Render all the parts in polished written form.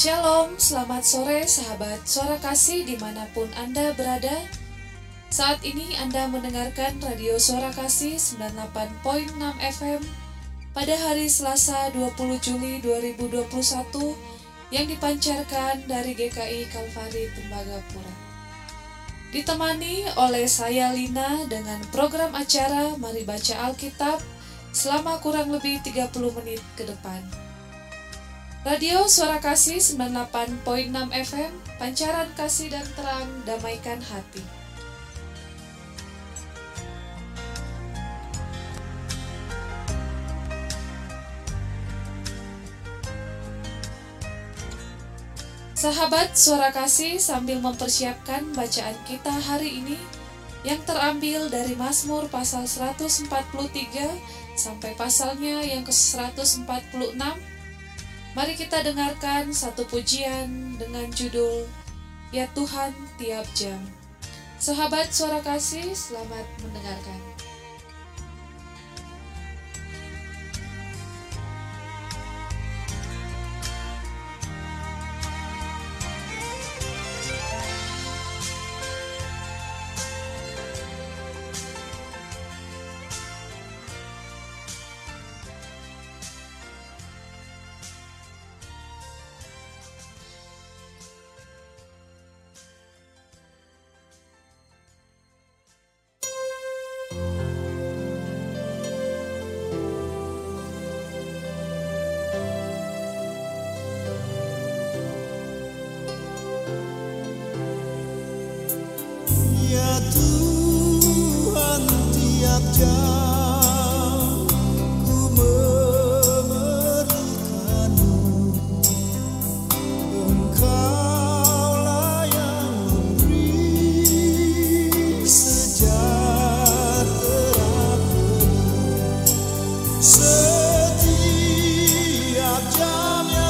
Shalom, selamat sore sahabat Suara Kasih dimanapun Anda berada. Saat ini Anda mendengarkan Radio Suara Kasih 98.6 FM pada hari Selasa 20 Juli 2021 yang dipancarkan dari GKI Kalvari Tembagapura. Ditemani oleh saya Lina dengan program acara Mari Baca Alkitab selama kurang lebih 30 menit ke depan. Radio Suara Kasih 98.6 FM, pancaran kasih dan terang, damaikan hati. Sahabat Suara Kasih, sambil mempersiapkan bacaan kita hari ini yang terambil dari Mazmur pasal 143 sampai pasalnya yang ke-146, mari kita dengarkan satu pujian dengan judul Ya Tuhan Tiap Jam. Sahabat Suara Kasih, selamat mendengarkan. Ya Tuhan, tiap jam ku memerlukan-Mu. Engkaulah yang memberi sejahtera penuh. Setiap jam ya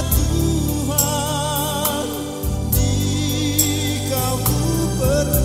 Tuhan, Di-Kau ku perlukan.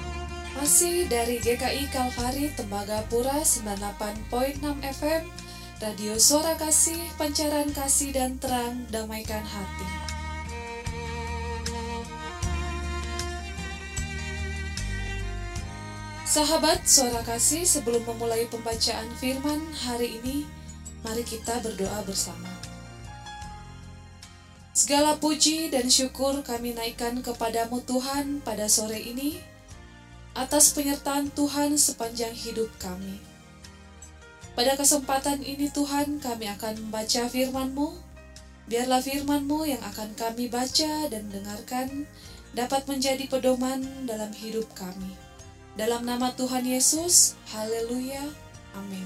Masih dari GKI Kalvari Tembagapura 98.6 FM, Radio Suara Kasih, pancaran kasih dan terang, damaikan hati. Sahabat Suara Kasih, sebelum memulai pembacaan firman hari ini, mari kita berdoa bersama. Segala puji dan syukur kami naikkan kepadamu Tuhan pada sore ini, atas penyertaan Tuhan sepanjang hidup kami. Pada kesempatan ini Tuhan, kami akan membaca firman-Mu. Biarlah firman-Mu yang akan kami baca dan dengarkan dapat menjadi pedoman dalam hidup kami. Dalam nama Tuhan Yesus, haleluya, amin.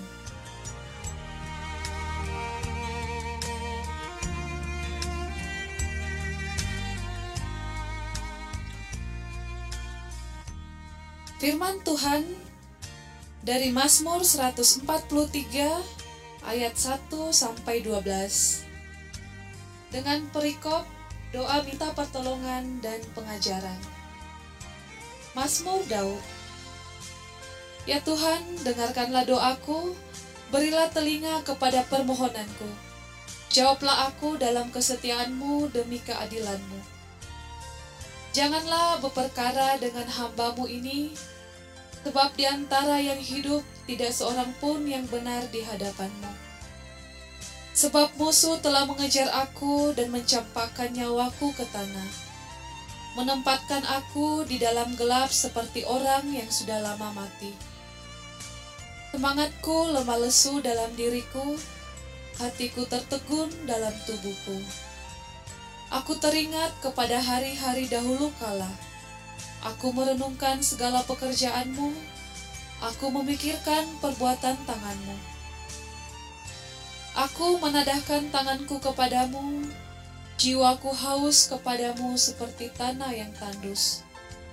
Firman Tuhan dari Mazmur 143 ayat 1 sampai 12 dengan perikop doa minta pertolongan dan pengajaran. Mazmur Daud. Ya Tuhan, dengarkanlah doaku, berilah telinga kepada permohonanku. Jawablah aku dalam kesetiaan-Mu demi keadilan-Mu. Janganlah berperkara dengan hamba-Mu ini, sebab di antara yang hidup tidak seorang pun yang benar di hadapan-Mu. Sebab musuh telah mengejar aku dan mencampakkan nyawaku ke tanah, menempatkan aku di dalam gelap seperti orang yang sudah lama mati. Semangatku lemah lesu dalam diriku, hatiku tertegun dalam tubuhku. Aku teringat kepada hari-hari dahulu kala. Aku merenungkan segala pekerjaan-Mu, aku memikirkan perbuatan tangan-Mu. Aku menadahkan tanganku kepadamu, jiwaku haus kepadamu seperti tanah yang tandus.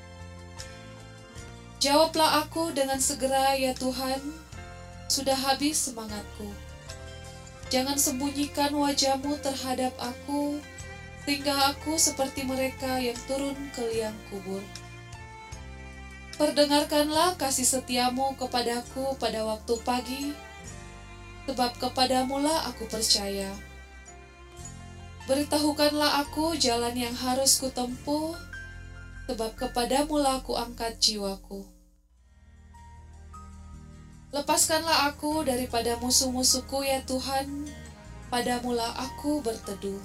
Jawablah aku dengan segera ya Tuhan, sudah habis semangatku. Jangan sembunyikan wajah-Mu terhadap aku, sehingga aku seperti mereka yang turun ke liang kubur. Perdengarkanlah kasih setia-Mu kepadaku pada waktu pagi, sebab kepadamu-lah aku percaya. Beritahukanlah aku jalan yang harus kutempuh, sebab kepadamu-lah aku angkat jiwaku. Lepaskanlah aku daripada musuh-musuhku ya Tuhan, padamu-lah aku berteduh.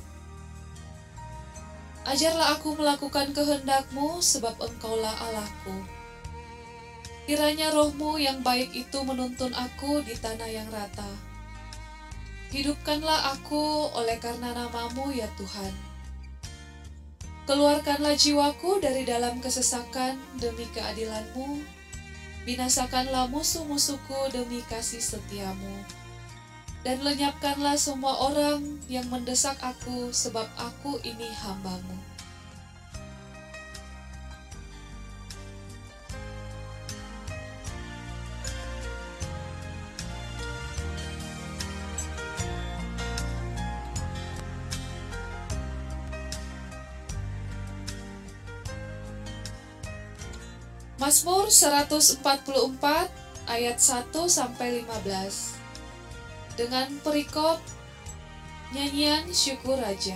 Ajarlah aku melakukan kehendak-Mu, sebab Engkaulah Allahku. Kiranya Roh-Mu yang baik itu menuntun aku di tanah yang rata. Hidupkanlah aku oleh karena nama-Mu ya Tuhan. Keluarkanlah jiwaku dari dalam kesesakan demi keadilan-Mu. Binasakanlah musuh-musuhku demi kasih setia-Mu. Dan lenyapkanlah semua orang yang mendesak aku, sebab aku ini hamba-Mu. Mazmur 144 ayat 1 sampai 15 dengan perikop nyanyian syukur raja.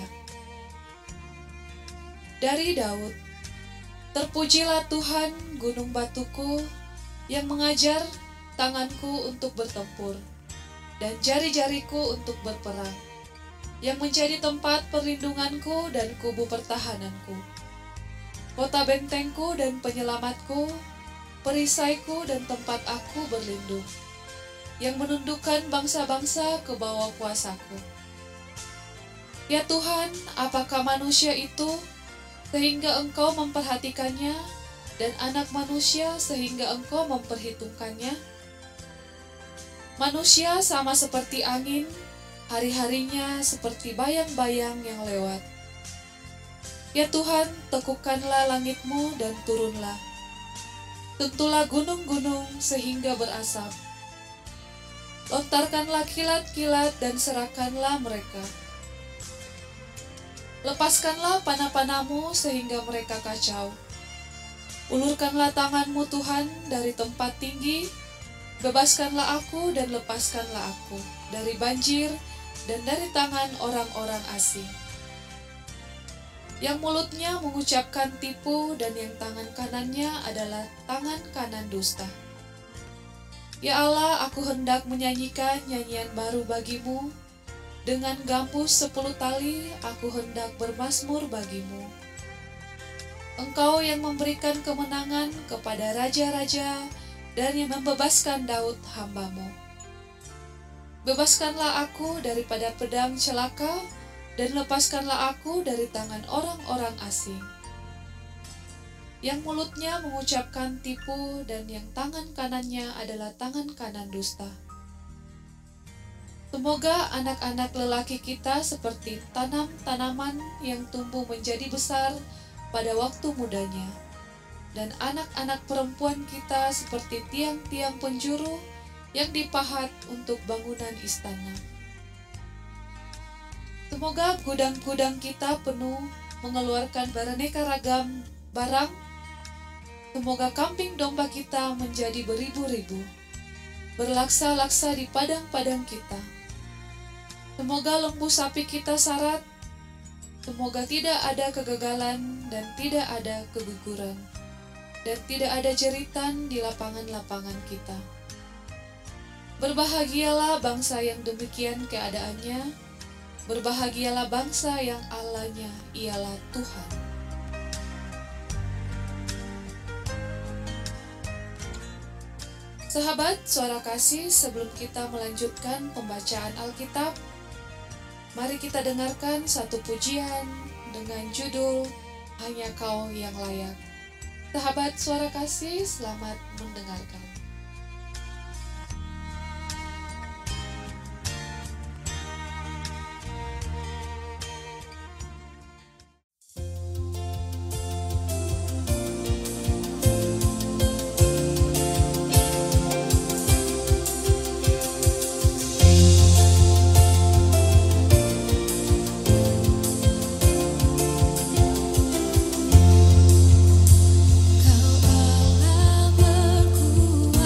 Dari Daud. Terpujilah Tuhan gunung batuku yang mengajar tanganku untuk bertempur dan jari-jariku untuk berperang, yang menjadi tempat perlindunganku dan kubu pertahananku, kota bentengku dan penyelamatku, perisaiku dan tempat aku berlindung, yang menundukkan bangsa-bangsa ke bawah kuasaku. Ya Tuhan, apakah manusia itu sehingga Engkau memperhatikannya, dan anak manusia sehingga Engkau memperhitungkannya? Manusia sama seperti angin, hari-harinya seperti bayang-bayang yang lewat. Ya Tuhan, tekukkanlah langit-Mu dan turunlah. Tentulah gunung-gunung sehingga berasap. Lontarkanlah kilat-kilat dan serahkanlah mereka. Lepaskanlah panah-panah-Mu sehingga mereka kacau. Ulurkanlah tangan-Mu Tuhan dari tempat tinggi, Bebaskanlah aku dan lepaskanlah aku dari banjir dan dari tangan orang-orang asing, yang mulutnya mengucapkan tipu dan yang tangan kanannya adalah tangan kanan dusta. Ya Allah, aku hendak menyanyikan nyanyian baru bagimu. Dengan gambus 10 tali, aku hendak bermazmur bagimu. Engkau yang memberikan kemenangan kepada raja-raja dan yang membebaskan Daud hamba-Mu. Bebaskanlah aku daripada pedang celaka dan lepaskanlah aku dari tangan orang-orang asing, yang mulutnya mengucapkan tipu dan yang tangan kanannya adalah tangan kanan dusta. Semoga anak-anak lelaki kita seperti tanaman yang tumbuh menjadi besar pada waktu mudanya, dan anak-anak perempuan kita seperti tiang-tiang penjuru yang dipahat untuk bangunan istana. Semoga gudang-gudang kita penuh mengeluarkan beraneka ragam barang. Semoga kambing domba kita menjadi beribu-ribu, berlaksa-laksa di padang-padang kita. Semoga lembu sapi kita sarat. Semoga tidak ada kegagalan dan tidak ada keguguran, dan tidak ada jeritan di lapangan-lapangan kita. Berbahagialah bangsa yang demikian keadaannya. Berbahagialah bangsa yang Allahnya ialah Tuhan. Sahabat Suara Kasih, sebelum kita melanjutkan pembacaan Alkitab, mari kita dengarkan satu pujian dengan judul Hanya Kau Yang Layak. Sahabat Suara Kasih, selamat mendengarkan. Kau Allah berkuasa.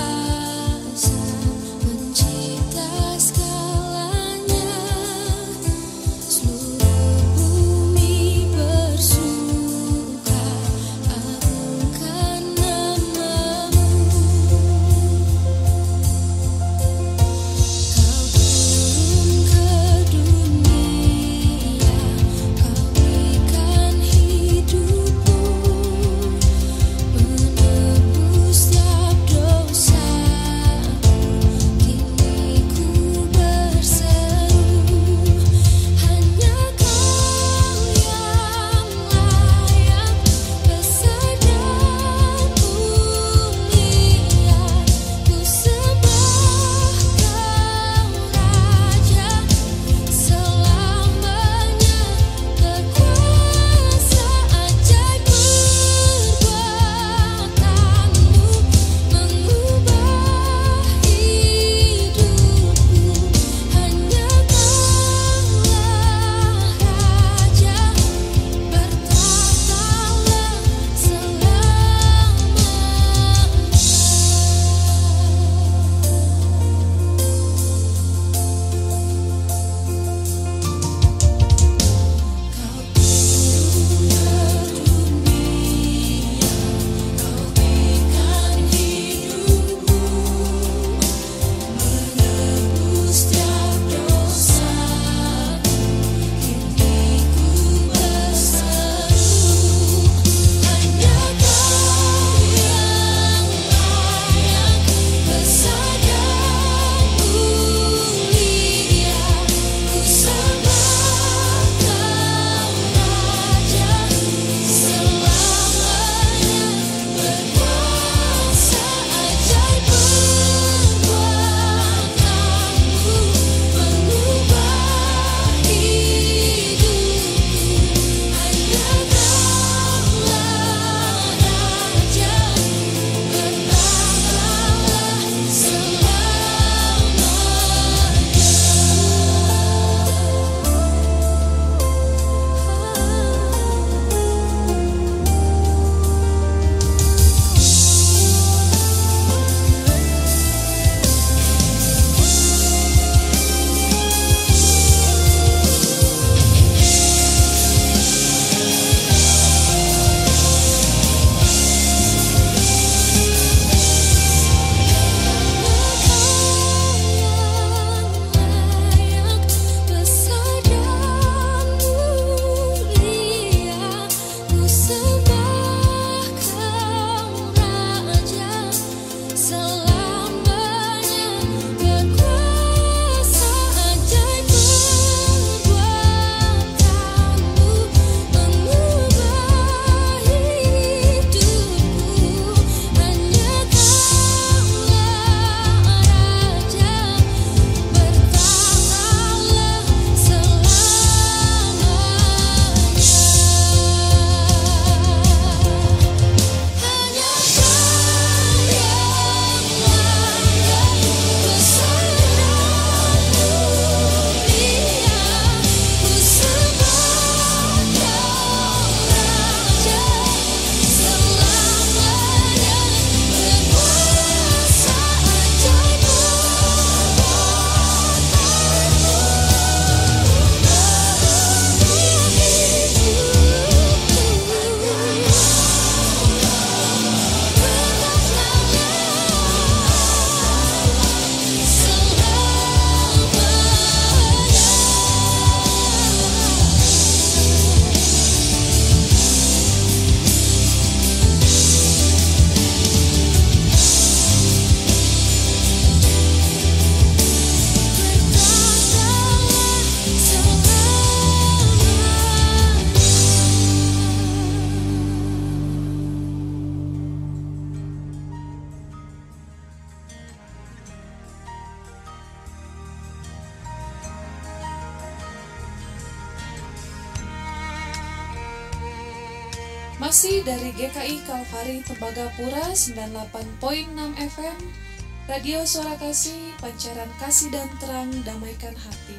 Masih dari GKI Kalvari Tembagapura 98.6 FM, Radio Suara Kasih, pancaran kasih dan terang, damaikan hati.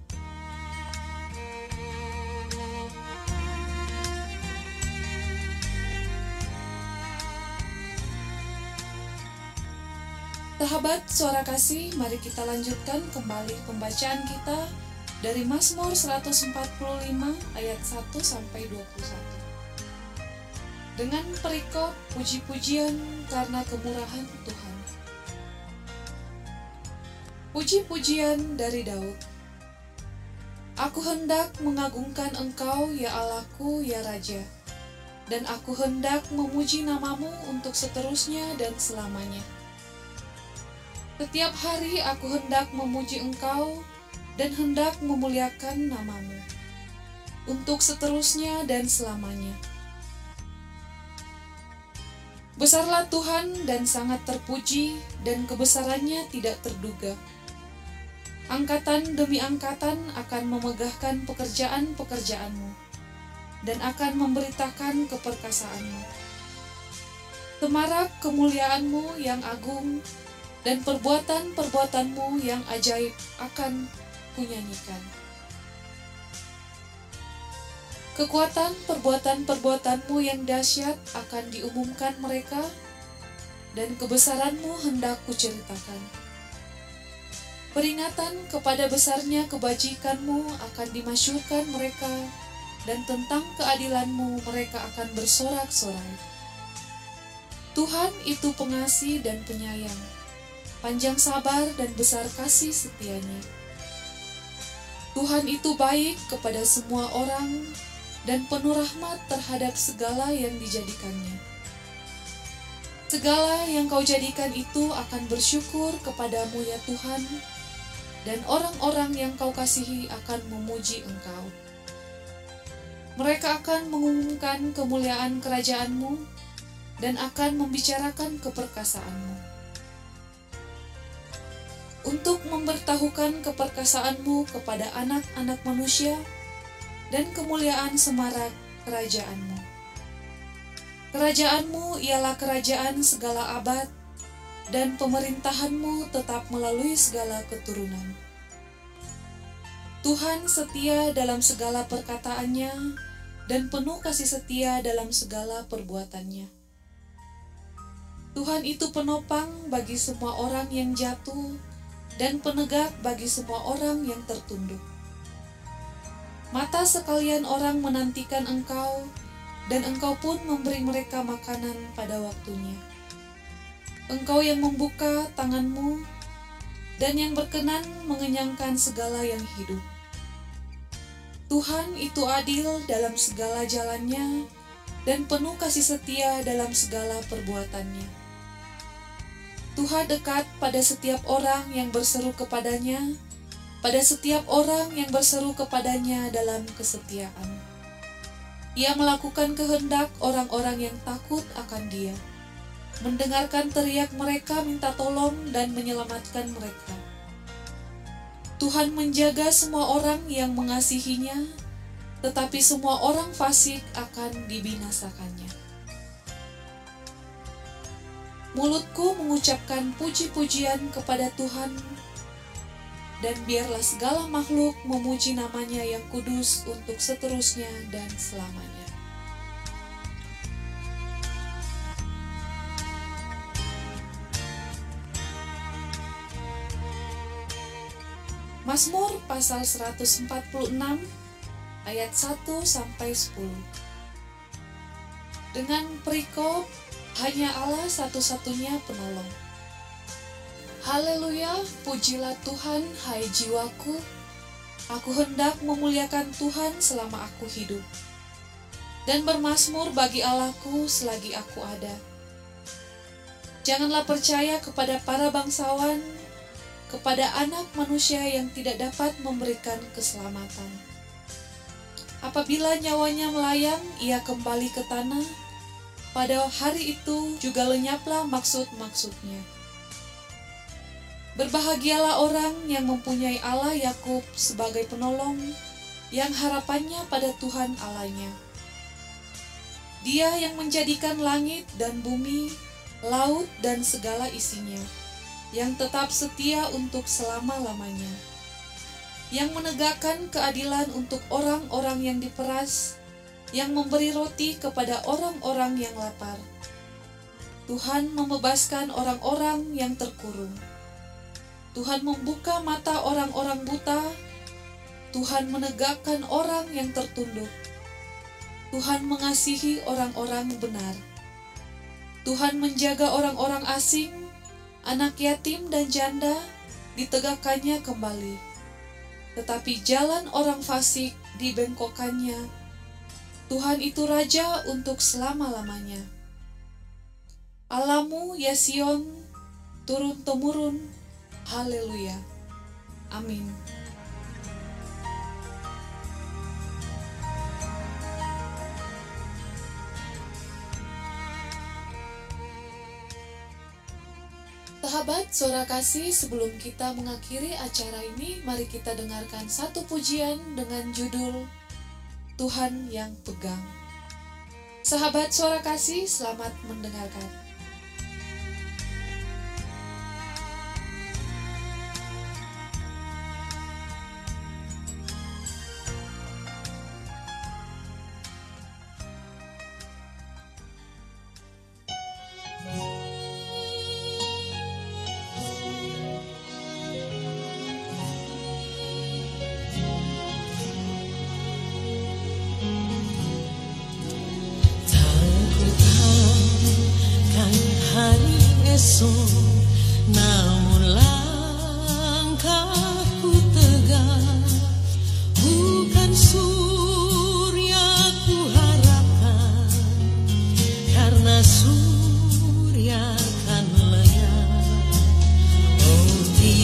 Sahabat Suara Kasih, mari kita lanjutkan kembali pembacaan kita dari Mazmur 145 ayat 1 sampai 21. Dengan perikop puji-pujian karena kemurahan Tuhan. Puji-pujian dari Daud. Aku hendak mengagungkan Engkau, ya Allahku, ya Raja, dan aku hendak memuji namamu untuk seterusnya dan selamanya. Setiap hari aku hendak memuji Engkau dan hendak memuliakan namamu untuk seterusnya dan selamanya. Besarlah Tuhan dan sangat terpuji, dan kebesarannya tidak terduga. Angkatan demi angkatan akan memegahkan pekerjaan-pekerjaanmu, dan akan memberitakan keperkasaanmu. Semarak kemuliaanmu yang agung, dan perbuatan-perbuatanmu yang ajaib akan kunyanyikan. Kekuatan perbuatan-perbuatanmu yang dahsyat akan diumumkan mereka, dan kebesaranmu hendak kuceritakan. Peringatan kepada besarnya kebajikanmu akan dimasyurkan mereka, dan tentang keadilanmu mereka akan bersorak-sorai. Tuhan itu pengasih dan penyayang, panjang sabar dan besar kasih setianya. Tuhan itu baik kepada semua orang, dan penuh rahmat terhadap segala yang dijadikannya. Segala yang kau jadikan itu akan bersyukur kepadamu ya Tuhan, dan orang-orang yang kau kasihi akan memuji Engkau. Mereka akan mengumumkan kemuliaan kerajaanmu, dan akan membicarakan keperkasaanmu. Untuk memberitahukan keperkasaanmu kepada anak-anak manusia, dan kemuliaan semarak kerajaanmu. Kerajaanmu ialah kerajaan segala abad, dan pemerintahanmu tetap melalui segala keturunan. Tuhan setia dalam segala perkataannya, dan penuh kasih setia dalam segala perbuatannya. Tuhan itu penopang bagi semua orang yang jatuh, dan penegak bagi semua orang yang tertunduk. Mata sekalian orang menantikan Engkau, dan Engkau pun memberi mereka makanan pada waktunya. Engkau yang membuka tanganmu, dan yang berkenan mengenyangkan segala yang hidup. Tuhan itu adil dalam segala jalannya, dan penuh kasih setia dalam segala perbuatannya. Tuhan dekat pada setiap orang yang berseru kepadanya, pada setiap orang yang berseru kepadanya dalam kesetiaan. Ia melakukan kehendak orang-orang yang takut akan Dia, mendengarkan teriak mereka minta tolong dan menyelamatkan mereka. Tuhan menjaga semua orang yang mengasihinya, tetapi semua orang fasik akan dibinasakannya. Mulutku mengucapkan puji-pujian kepada Tuhan, dan biarlah segala makhluk memuji namanya yang kudus untuk seterusnya dan selamanya. Mazmur pasal 146 ayat 1 sampai 10. Dengan perikop, hanya Allah satu-satunya penolong. Haleluya, pujilah Tuhan, hai jiwaku. Aku hendak memuliakan Tuhan selama aku hidup, dan bermazmur bagi Allahku selagi aku ada. Janganlah percaya kepada para bangsawan, kepada anak manusia yang tidak dapat memberikan keselamatan. Apabila nyawanya melayang, ia kembali ke tanah. Pada hari itu juga lenyaplah maksud-maksudnya. Berbahagialah orang yang mempunyai Allah Yakub sebagai penolong, yang harapannya pada Tuhan Allahnya. Dia yang menjadikan langit dan bumi, laut dan segala isinya, yang tetap setia untuk selama-lamanya, yang menegakkan keadilan untuk orang-orang yang diperas, yang memberi roti kepada orang-orang yang lapar. Tuhan membebaskan orang-orang yang terkurung. Tuhan membuka mata orang-orang buta. Tuhan menegakkan orang yang tertunduk. Tuhan mengasihi orang-orang benar. Tuhan menjaga orang-orang asing, anak yatim dan janda ditegakkannya kembali. Tetapi jalan orang fasik dibengkokkannya. Tuhan itu Raja untuk selama-lamanya. Allahmu, ya Sion, turun-temurun. Haleluya. Amin. Sahabat Suara Kasih, sebelum kita mengakhiri acara ini, mari kita dengarkan satu pujian dengan judul Tuhan yang Pegang. Sahabat Suara Kasih, selamat mendengarkan. Namun langkahku tegak, bukan surya ku harapkan, karena surya kan lenyap. Oh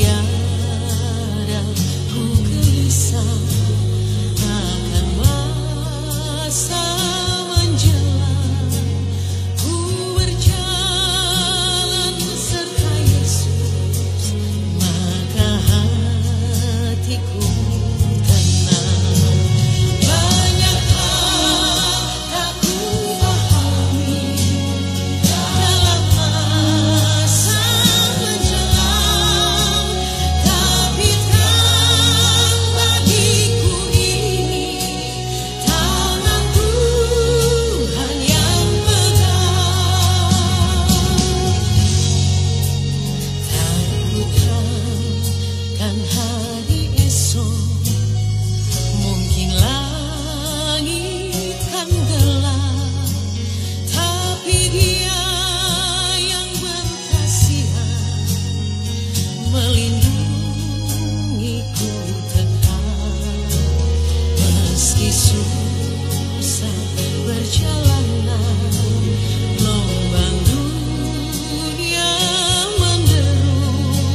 tiada ku gelisah akan masa menjelang. Ku berjalan serta Yesus, maka hatiku tenang. Banyak hal tak ku pahami dalam masa menjelang, tapi terang bagiku ini tangan Tuhan yang pegang. Takutkan hari esok, mungkin langit kan gelap, tapi Dia yang berkasihan melindungiku tetap. Meski susah perjalanan, gelombang dunia menderu,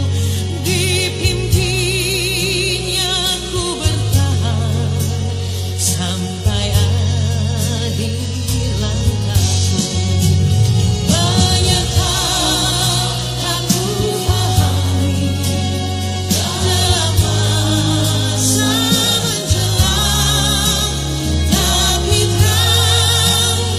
dipimpinnya ku bertahan sampai akhir langkahku. Banyak hal tak ku pahami dalam masa menjelang, tapi terang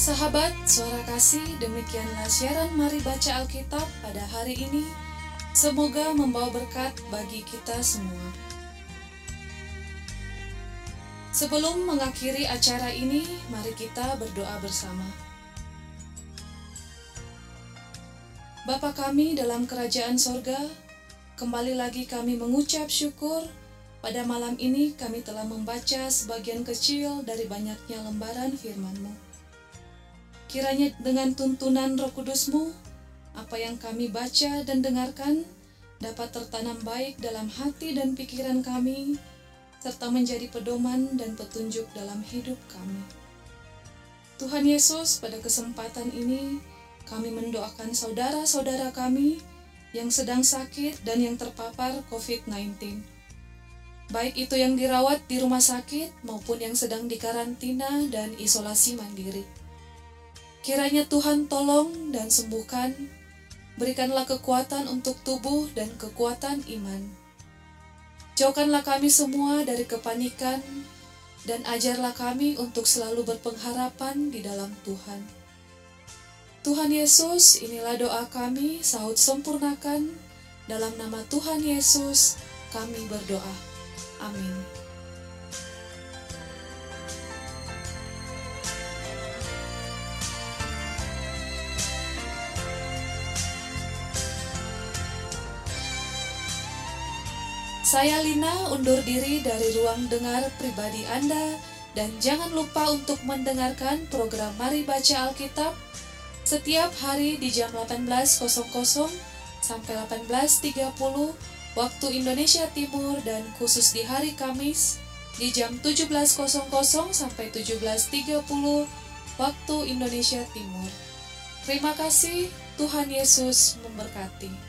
Sahabat Suara Kasih, demikianlah siaran Mari Baca Alkitab pada hari ini. Semoga membawa berkat bagi kita semua. Sebelum mengakhiri acara ini, mari kita berdoa bersama. Bapa kami dalam kerajaan sorga, kembali lagi kami mengucap syukur. Pada malam ini kami telah membaca sebagian kecil dari banyaknya lembaran firman-Mu. Kiranya dengan tuntunan Roh Kudus-Mu, apa yang kami baca dan dengarkan dapat tertanam baik dalam hati dan pikiran kami, serta menjadi pedoman dan petunjuk dalam hidup kami. Tuhan Yesus, pada kesempatan ini kami mendoakan saudara-saudara kami yang sedang sakit dan yang terpapar COVID-19. Baik itu yang dirawat di rumah sakit maupun yang sedang dikarantina dan isolasi mandiri. Kiranya Tuhan tolong dan sembuhkan, berikanlah kekuatan untuk tubuh dan kekuatan iman. Jauhkanlah kami semua dari kepanikan dan ajarlah kami untuk selalu berpengharapan di dalam Tuhan. Tuhan Yesus, inilah doa kami, sahut sempurnakan. Dalam nama Tuhan Yesus, kami berdoa. Amin. Saya Lina undur diri dari ruang dengar pribadi Anda dan jangan lupa untuk mendengarkan program Mari Baca Alkitab setiap hari di jam 18.00 sampai 18.30 waktu Indonesia Timur dan khusus di hari Kamis di jam 17.00 sampai 17.30 waktu Indonesia Timur. Terima kasih, Tuhan Yesus memberkati.